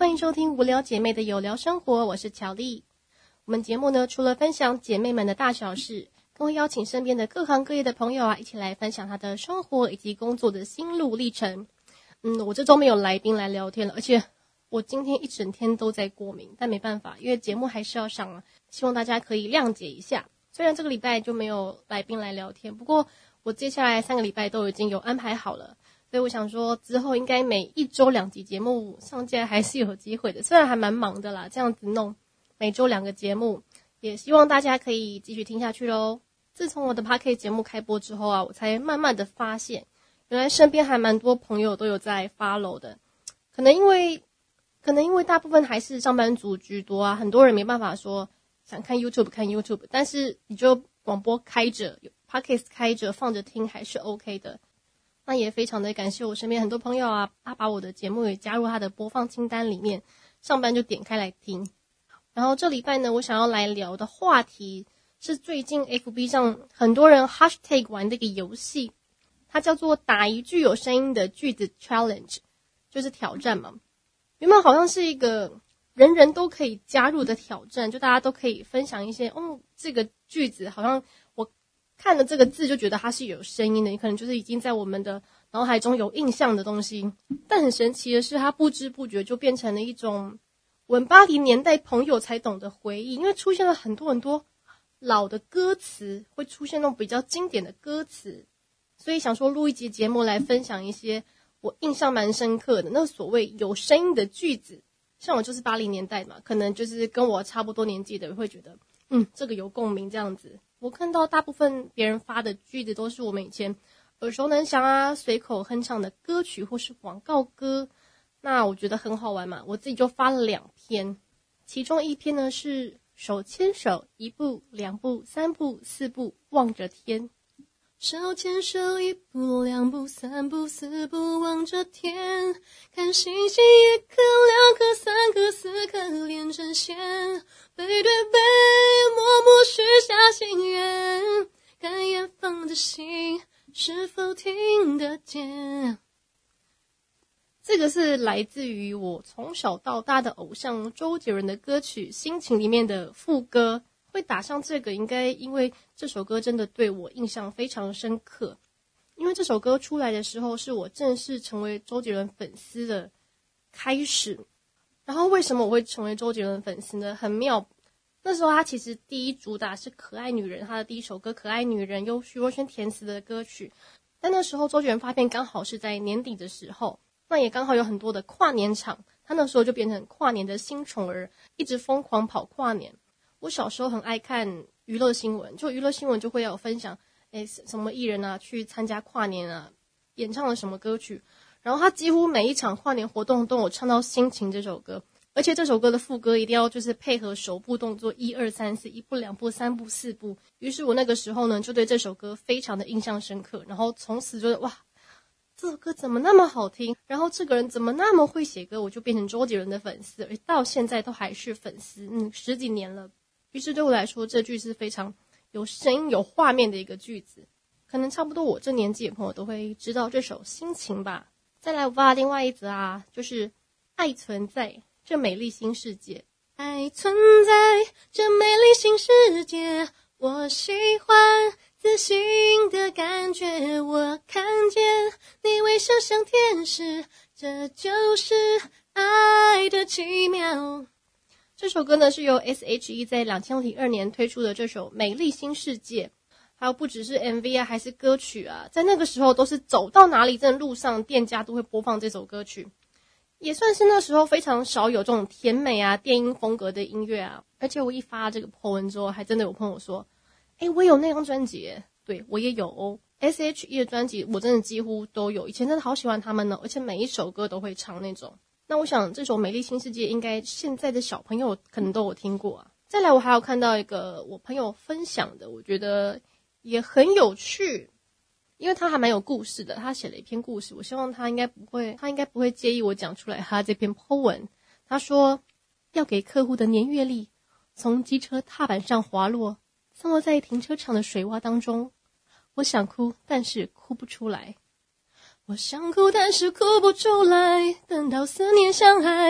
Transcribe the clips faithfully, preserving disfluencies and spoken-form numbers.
欢迎收听无聊姐妹的有聊生活，我是乔丽。我们节目呢，除了分享姐妹们的大小事，更会邀请身边的各行各业的朋友啊，一起来分享他的生活以及工作的心路历程。嗯，我这周没有来宾来聊天了，而且我今天一整天都在过敏，但没办法，因为节目还是要上啊，希望大家可以谅解一下。虽然这个礼拜就没有来宾来聊天，不过我接下来三个礼拜都已经有安排好了。所以我想说之后应该每一周两集节目上架还是有机会的，虽然还蛮忙的啦，这样子弄每周两个节目，也希望大家可以继续听下去咯。自从我的 Podcast 节目开播之后啊，我才慢慢的发现原来身边还蛮多朋友都有在 follow 的，可能因为可能因为大部分还是上班族居多啊，很多人没办法说想看 YouTube 看 YouTube， 但是你就广播开着 Podcast 开着放着听还是 OK 的。那也非常的感谢我身边很多朋友啊，他把我的节目也加入他的播放清单里面，上班就点开来听。然后这礼拜呢，我想要来聊的话题是最近 F B 上很多人 hashtag 玩的一个游戏，它叫做打一句有声音的句子 challenge， 就是挑战嘛。原本好像是一个人人都可以加入的挑战，就大家都可以分享一些，哦，这个句子好像我看了这个字就觉得它是有声音的，你可能就是已经在我们的脑海中有印象的东西。但很神奇的是，它不知不觉就变成了一种我们八零年代朋友才懂的回忆，因为出现了很多很多老的歌词，会出现那种比较经典的歌词，所以想说录一集节目来分享一些我印象蛮深刻的那所谓有声音的句子。像我就是八零年代嘛，可能就是跟我差不多年纪的人会觉得嗯，这个有共鸣这样子。我看到大部分别人发的句子都是我们以前耳熟能详啊，随口哼唱的歌曲或是广告歌，那我觉得很好玩嘛，我自己就发了两篇。其中一篇呢是手牵手，一步两步三步四步望着天。手牵手，一步两步三步四步望着天，看星星一颗两颗三颗四颗连成线，背对背默默许下心愿，看远方的心是否听得见。这个是来自于我从小到大的偶像周杰伦的歌曲《心情》里面的副歌，会打上这个应该因为这首歌真的对我印象非常深刻。因为这首歌出来的时候是我正式成为周杰伦粉丝的开始。然后为什么我会成为周杰伦粉丝呢？很妙，那时候他其实第一主打是可爱女人，他的第一首歌可爱女人由徐若瑄填词的歌曲，但那时候周杰伦发片刚好是在年底的时候，那也刚好有很多的跨年场，他那时候就变成跨年的新宠儿，一直疯狂跑跨年。我小时候很爱看娱乐新闻，就娱乐新闻就会有分享诶什么艺人啊去参加跨年啊，演唱了什么歌曲，然后他几乎每一场跨年活动都有唱到《心情》这首歌，而且这首歌的副歌一定要就是配合手部动作一二三四，一步两步三步四步。于是我那个时候呢就对这首歌非常的印象深刻，然后从此就哇这首歌怎么那么好听，然后这个人怎么那么会写歌，我就变成周杰伦的粉丝，而到现在都还是粉丝，嗯，十几年了。于是对我来说这句是非常有声音有画面的一个句子，可能差不多我这年纪的朋友都会知道这首心情吧。再来我发另外一则啊，就是爱存在这美丽新世界。爱存在这美丽新世界，我喜欢自信的感觉，我看见你微笑像天使，这就是爱的奇妙。这首歌呢是由 S H E 在二零零二年推出的这首美丽新世界，还有不只是 M V 啊还是歌曲啊，在那个时候都是走到哪里真的路上店家都会播放这首歌曲，也算是那时候非常少有这种甜美啊电音风格的音乐啊。而且我一发这个 po 文之后，还真的有朋友说诶我有那张专辑耶，对我也有哦， S H E 的专辑我真的几乎都有，以前真的好喜欢他们呢，而且每一首歌都会唱那种。那我想这首美丽新世界应该现在的小朋友可能都有听过啊。再来我还有看到一个我朋友分享的，我觉得也很有趣，因为他还蛮有故事的，他写了一篇故事，我希望他应该不会他应该不会介意我讲出来他这篇 po 文。他说要给客户的年月历从机车踏板上滑落，散落在停车场的水洼当中，我想哭但是哭不出来，我想哭但是哭不出来，等到思念像海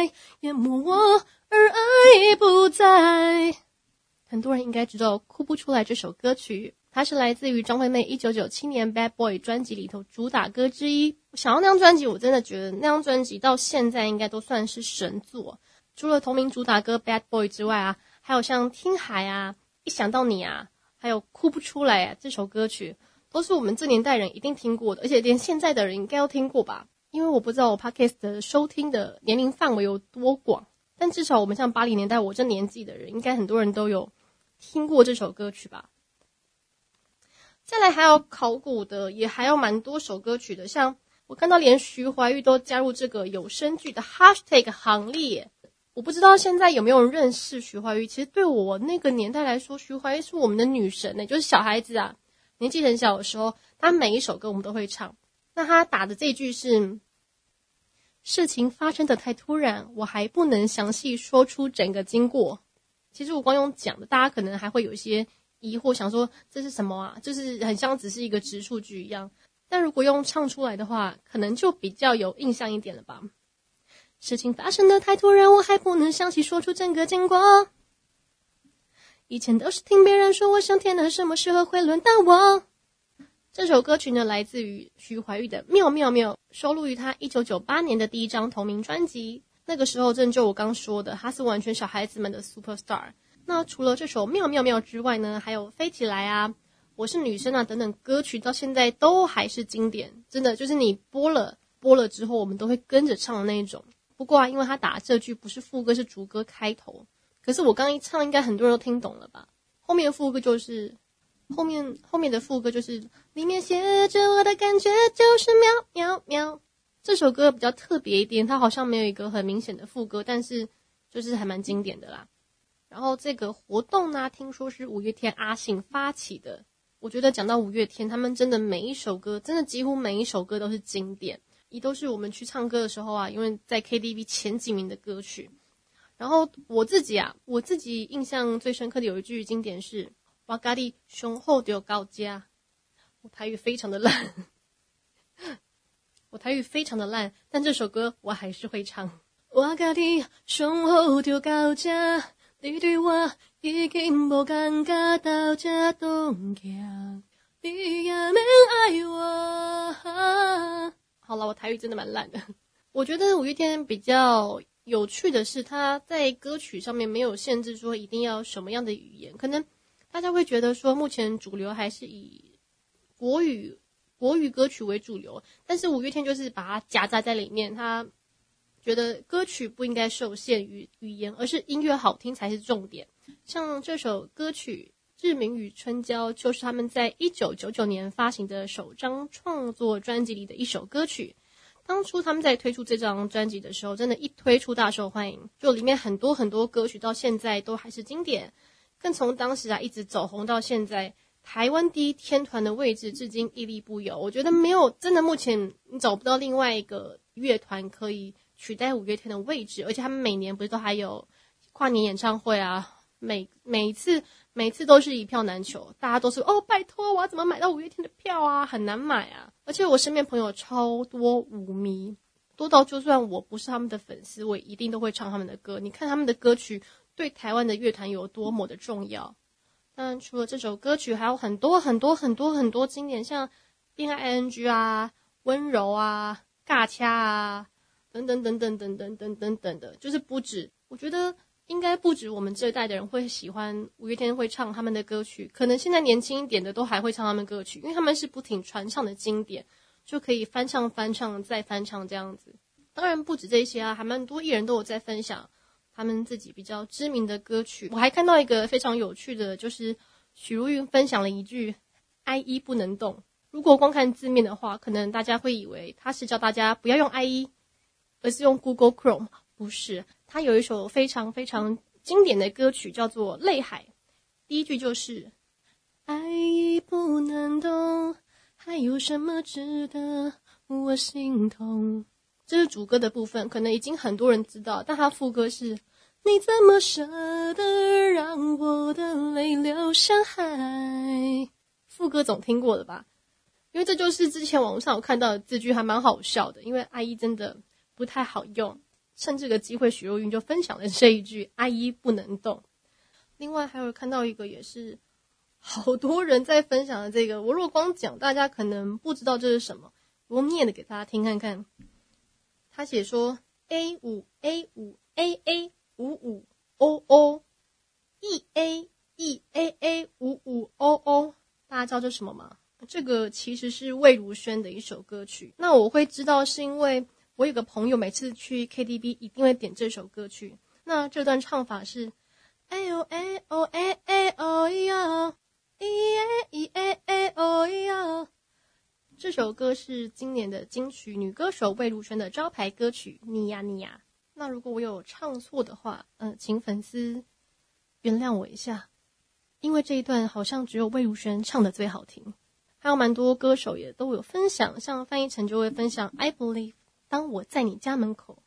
淹没我，而爱不在。很多人应该知道哭不出来这首歌曲，它是来自于张惠妹一九九七年 Bad Boy 专辑里头主打歌之一。想要那张专辑，我真的觉得那张专辑到现在应该都算是神作。除了同名主打歌 Bad Boy 之外啊，还有像听海啊，一想到你啊，还有哭不出来啊，这首歌曲都是我们这年代人一定听过的，而且连现在的人应该都听过吧。因为我不知道我 Podcast 的收听的年龄范围有多广，但至少我们像八零年代我这年纪的人，应该很多人都有听过这首歌曲吧。再来还有考古的，也还有蛮多首歌曲的，像我看到连徐怀钰都加入这个有声剧的 hashtag 行列。我不知道现在有没有人认识徐怀钰，其实对我那个年代来说，徐怀钰是我们的女神欸，就是小孩子啊，年纪很小的时候，她每一首歌我们都会唱。那她打的这句是事情发生的太突然，我还不能详细说出整个经过。其实我光用讲的，大家可能还会有一些疑惑，想说这是什么啊，就是很像只是一个直述句一样。但如果用唱出来的话，可能就比较有印象一点了吧。事情发生的太突然，我还不能详细说出整个经过。以前都是听别人说我上天了，什么时候会轮到我？这首歌曲呢，来自于徐怀钰的《妙妙妙》，收录于她一九九八年的第一张同名专辑。那个时候正就我刚说的，她是完全小孩子们的 superstar。那除了这首《妙妙妙》之外呢，还有《飞起来》啊、我是女生啊等等歌曲，到现在都还是经典。真的就是你播了播了之后，我们都会跟着唱的那一种。不过啊，因为他打这句不是副歌，是主歌开头。可是我刚一唱，应该很多人都听懂了吧？后面副歌就是后面后面的副歌就是里面写着我的感觉就是喵喵喵。这首歌比较特别一点，它好像没有一个很明显的副歌，但是就是还蛮经典的啦。然后这个活动呢，听说是五月天阿信发起的。我觉得讲到五月天，他们真的每一首歌，真的几乎每一首歌都是经典。也都是我们去唱歌的时候啊，因为在 K T V 前几名的歌曲。然后我自己啊，我自己印象最深刻的有一句经典是我家己上好就到家。我台语非常的烂我台语非常的烂，但这首歌我还是会唱。我家己上好就到家，你对我已经无感觉，到这动行，你也免爱我。好了，我台语真的蛮烂的。我觉得五月天比较有趣的是，他在歌曲上面没有限制说一定要什么样的语言，可能大家会觉得说目前主流还是以国语国语歌曲为主流，但是五月天就是把它夹杂在里面，他觉得歌曲不应该受限于语言，而是音乐好听才是重点。像这首歌曲《日明与春娇》就是他们在一九九九年发行的首张创作专辑里的一首歌曲。当初他们在推出这张专辑的时候，真的一推出大受欢迎，就里面很多很多歌曲到现在都还是经典，更从当时啊一直走红到现在，台湾第一天团的位置至今屹立不摇。我觉得没有，真的目前你找不到另外一个乐团可以取代五月天的位置，而且他们每年不是都还有跨年演唱会啊，每每一次每次都是一票难求，大家都是哦拜托我要怎么买到五月天的票啊，很难买啊。而且我身边朋友超多舞迷，多到就算我不是他们的粉丝，我也一定都会唱他们的歌。你看他们的歌曲对台湾的乐坛有多么的重要。但除了这首歌曲，还有很多很多很多很多经典，像恋爱 ing 啊、温柔啊、尬掐啊等等等等等等等等等的，就是不止，我觉得应该不止我们这一代的人会喜欢五月天，会唱他们的歌曲，可能现在年轻一点的都还会唱他们歌曲，因为他们是不停传唱的经典，就可以翻唱翻唱再翻唱这样子。当然不止这些啊，还蛮多艺人都有在分享他们自己比较知名的歌曲。我还看到一个非常有趣的，就是许茹芸分享了一句 I E 不能动。如果光看字面的话，可能大家会以为他是叫大家不要用 I E， 而是用 Google Chrome。不是，他有一首非常非常经典的歌曲叫做《泪海》，第一句就是爱已不能动，还有什么值得我心痛。这是主歌的部分，可能已经很多人知道，但他副歌是你怎么舍得让我的泪流向海。副歌总听过了吧？因为这就是之前网络上有看到的字句，还蛮好笑的，因为 I E 真的不太好用。 趁这个机会许若云就分享了这一句阿姨不能动。另外还有看到一个也是好多人在分享的这个，我若光讲大家可能不知道这是什么，我念的给大家听看看。他写说 A 五 A 五 A A 五五 O O E A E A A 五五 O O， 大家知道这是什么吗？这个其实是魏如萱的一首歌曲。那我会知道是因为我有个朋友每次去 K T V 一定会点这首歌曲。那这段唱法是哎呦哎哦哎哎哦呀咿耶咿哎哎哦呀。这首歌是今年的金曲女歌手魏如萱的招牌歌曲你呀你呀。那如果我有唱错的话，呃，请粉丝原谅我一下，因为这一段好像只有魏如萱唱的最好听。还有蛮多歌手也都有分享，像范逸臣就会分享 I believe 当我在你家门口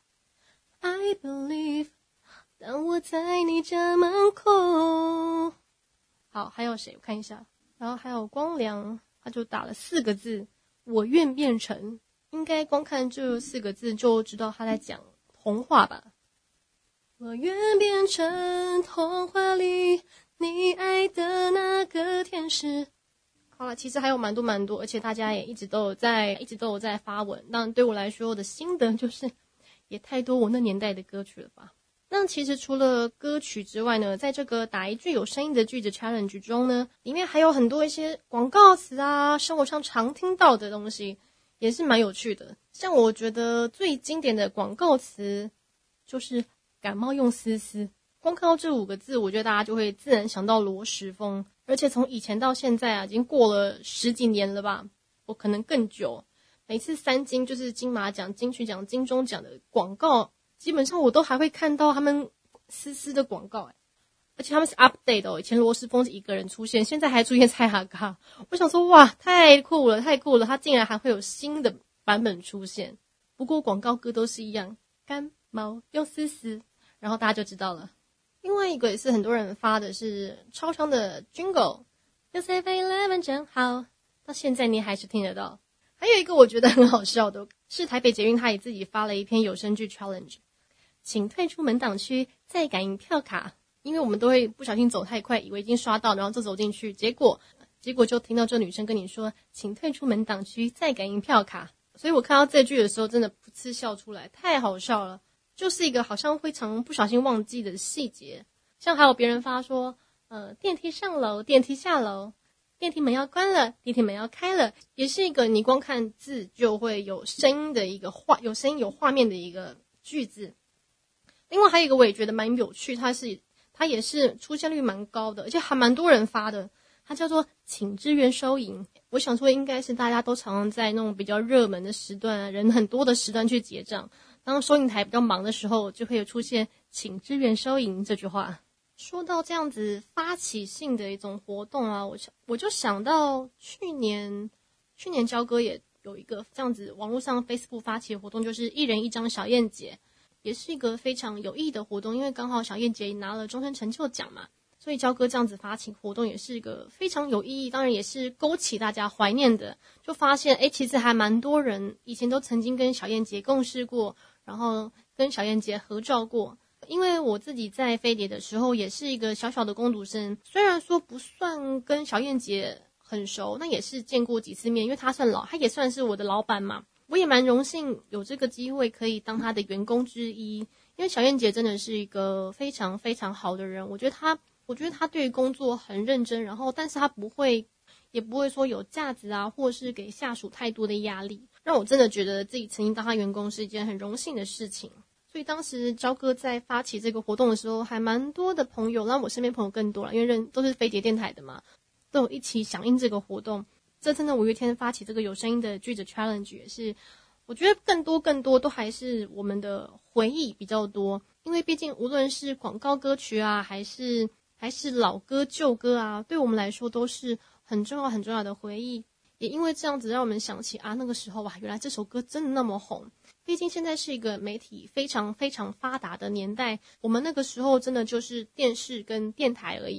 I believe 当我在你家门口。好，还有谁我看一下，然后还有光良，他就打了四个字我愿变成，应该光看这四个字就知道他在讲童话吧。我愿变成童话里你爱的那个天使。好了，其实还有蛮多蛮多，而且大家也一直都有在一直都有在发文。那对我来说，我的心得就是也太多我那年代的歌曲了吧。那其实除了歌曲之外呢，在这个打一句有声音的句子 challenge 中呢，里面还有很多一些广告词啊，生活上常听到的东西，也是蛮有趣的。像我觉得最经典的广告词就是感冒用丝丝。光看到这五个字，我觉得大家就会自然想到罗时丰，而且从以前到现在啊，已经过了十几年了吧，我可能更久。每次三金就是金马奖、金曲奖、金钟奖的广告，基本上我都还会看到他们丝丝的广告，而且他们是 update 哦。以前罗时丰是一个人出现，现在还出现蔡阿嘎，我想说哇，太酷了，太酷了，他竟然还会有新的版本出现。不过广告歌都是一样，感冒用丝丝，然后大家就知道了。另外一个也是很多人发的是超长的 Jingle， 有 seven eleven 真好，到现在你还是听得到。还有一个我觉得很好笑的是台北捷运他也自己发了一篇有声剧 challenge， 请退出门档区再感应票卡。因为我们都会不小心走太快，以为已经刷到，然后就走进去，结果结果就听到这女生跟你说请退出门档区再感应票卡。所以我看到这句的时候真的噗嗤笑出来，太好笑了，就是一个好像会常不小心忘记的细节。像还有别人发说呃，电梯上楼，电梯下楼，电梯门要关了，电梯门要开了，也是一个你光看字就会有声音的一个画，有声音有画面的一个句子。另外还有一个我也觉得蛮有趣，它是它也是出现率蛮高的，而且还蛮多人发的，它叫做请支援收银。我想说应该是大家都常常在那种比较热门的时段啊，人很多的时段去结账，当收银台比较忙的时候，就会有出现请支援收银这句话。说到这样子发起性的一种活动啊，我我就想到去年去年焦哥也有一个这样子网络上 Facebook 发起的活动，就是一人一张小燕姐，也是一个非常有意义的活动。因为刚好小燕姐拿了终身成就奖嘛，所以焦哥这样子发起活动也是一个非常有意义，当然也是勾起大家怀念的。就发现诶，其实还蛮多人以前都曾经跟小燕姐共事过，然后跟小燕姐合照过。因为我自己在飞碟的时候也是一个小小的工读生，虽然说不算跟小燕姐很熟，那也是见过几次面，因为她算老，她也算是我的老板嘛，我也蛮荣幸有这个机会可以当她的员工之一。因为小燕姐真的是一个非常非常好的人，我觉得她我觉得她对于工作很认真，然后但是她不会也不会说有架子啊，或是给下属太多的压力，让我真的觉得自己曾经当她员工是一件很荣幸的事情。所以当时焦哥在发起这个活动的时候，还蛮多的朋友，让我身边朋友更多了，因为人都是飞碟电台的嘛，都有一起响应这个活动。这次呢，五月天发起这个有声音的句子 challenge 也是，我觉得更多更多都还是我们的回忆比较多，因为毕竟无论是广告歌曲啊，还是还是老歌旧歌啊，对我们来说都是很重要很重要的回忆。也因为这样子让我们想起啊，那个时候哇，原来这首歌真的那么红。毕竟现在是一个媒体非常非常发达的年代，我们那个时候真的就是电视跟电台而已。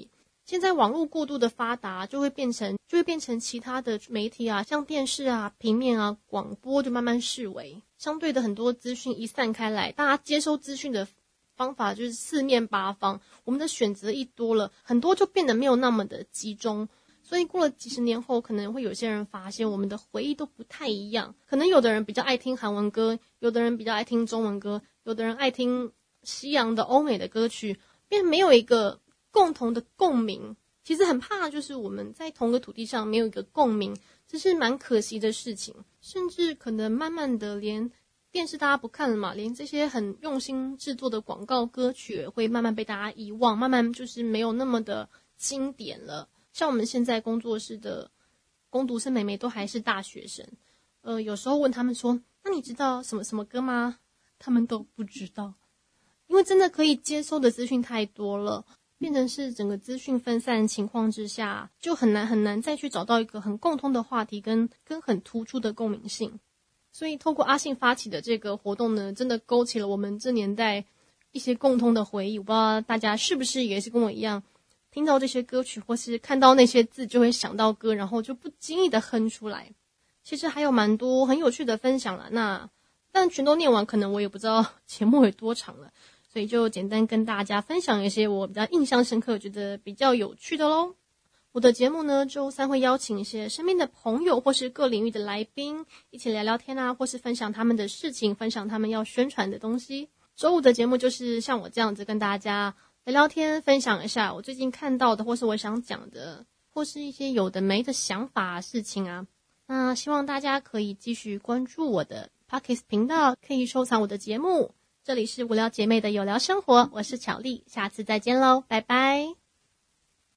现在网络过度的发达，就会变成就会变成其他的媒体啊，像电视啊、平面啊、广播就慢慢式微。相对的，很多资讯一散开来，大家接收资讯的方法就是四面八方，我们的选择一多了，很多就变得没有那么的集中。所以过了几十年后，可能会有些人发现我们的回忆都不太一样。可能有的人比较爱听韩文歌，有的人比较爱听中文歌，有的人爱听西洋的欧美的歌曲，便没有一个共同的共鸣。其实很怕就是我们在同个土地上没有一个共鸣，这是蛮可惜的事情。甚至可能慢慢的连电视大家不看了嘛，连这些很用心制作的广告歌曲会慢慢被大家遗忘，慢慢就是没有那么的经典了。像我们现在工作室的工读生妹妹都还是大学生，呃，有时候问他们说，那你知道什么什么歌吗？他们都不知道，因为真的可以接收的资讯太多了，变成是整个资讯分散情况之下，就很难很难再去找到一个很共通的话题跟跟很突出的共鸣性。所以透过阿信发起的这个活动呢，真的勾起了我们这年代一些共通的回忆。我不知道大家是不是也是跟我一样，听到这些歌曲或是看到那些字就会想到歌，然后就不经意的哼出来。其实还有蛮多很有趣的分享啦，那但全都念完可能我也不知道节目有多长了，所以就简单跟大家分享一些我比较印象深刻觉得比较有趣的咯。我的节目呢，周三会邀请一些身边的朋友或是各领域的来宾一起聊聊天啊，或是分享他们的事情，分享他们要宣传的东西。周五的节目就是像我这样子跟大家聊聊天，分享一下我最近看到的或是我想讲的，或是一些有的没的想法事情啊。那希望大家可以继续关注我的 Podcast 频道，可以收藏我的节目。这里是无聊姐妹的有聊生活，我是巧丽，下次再见咯，拜拜。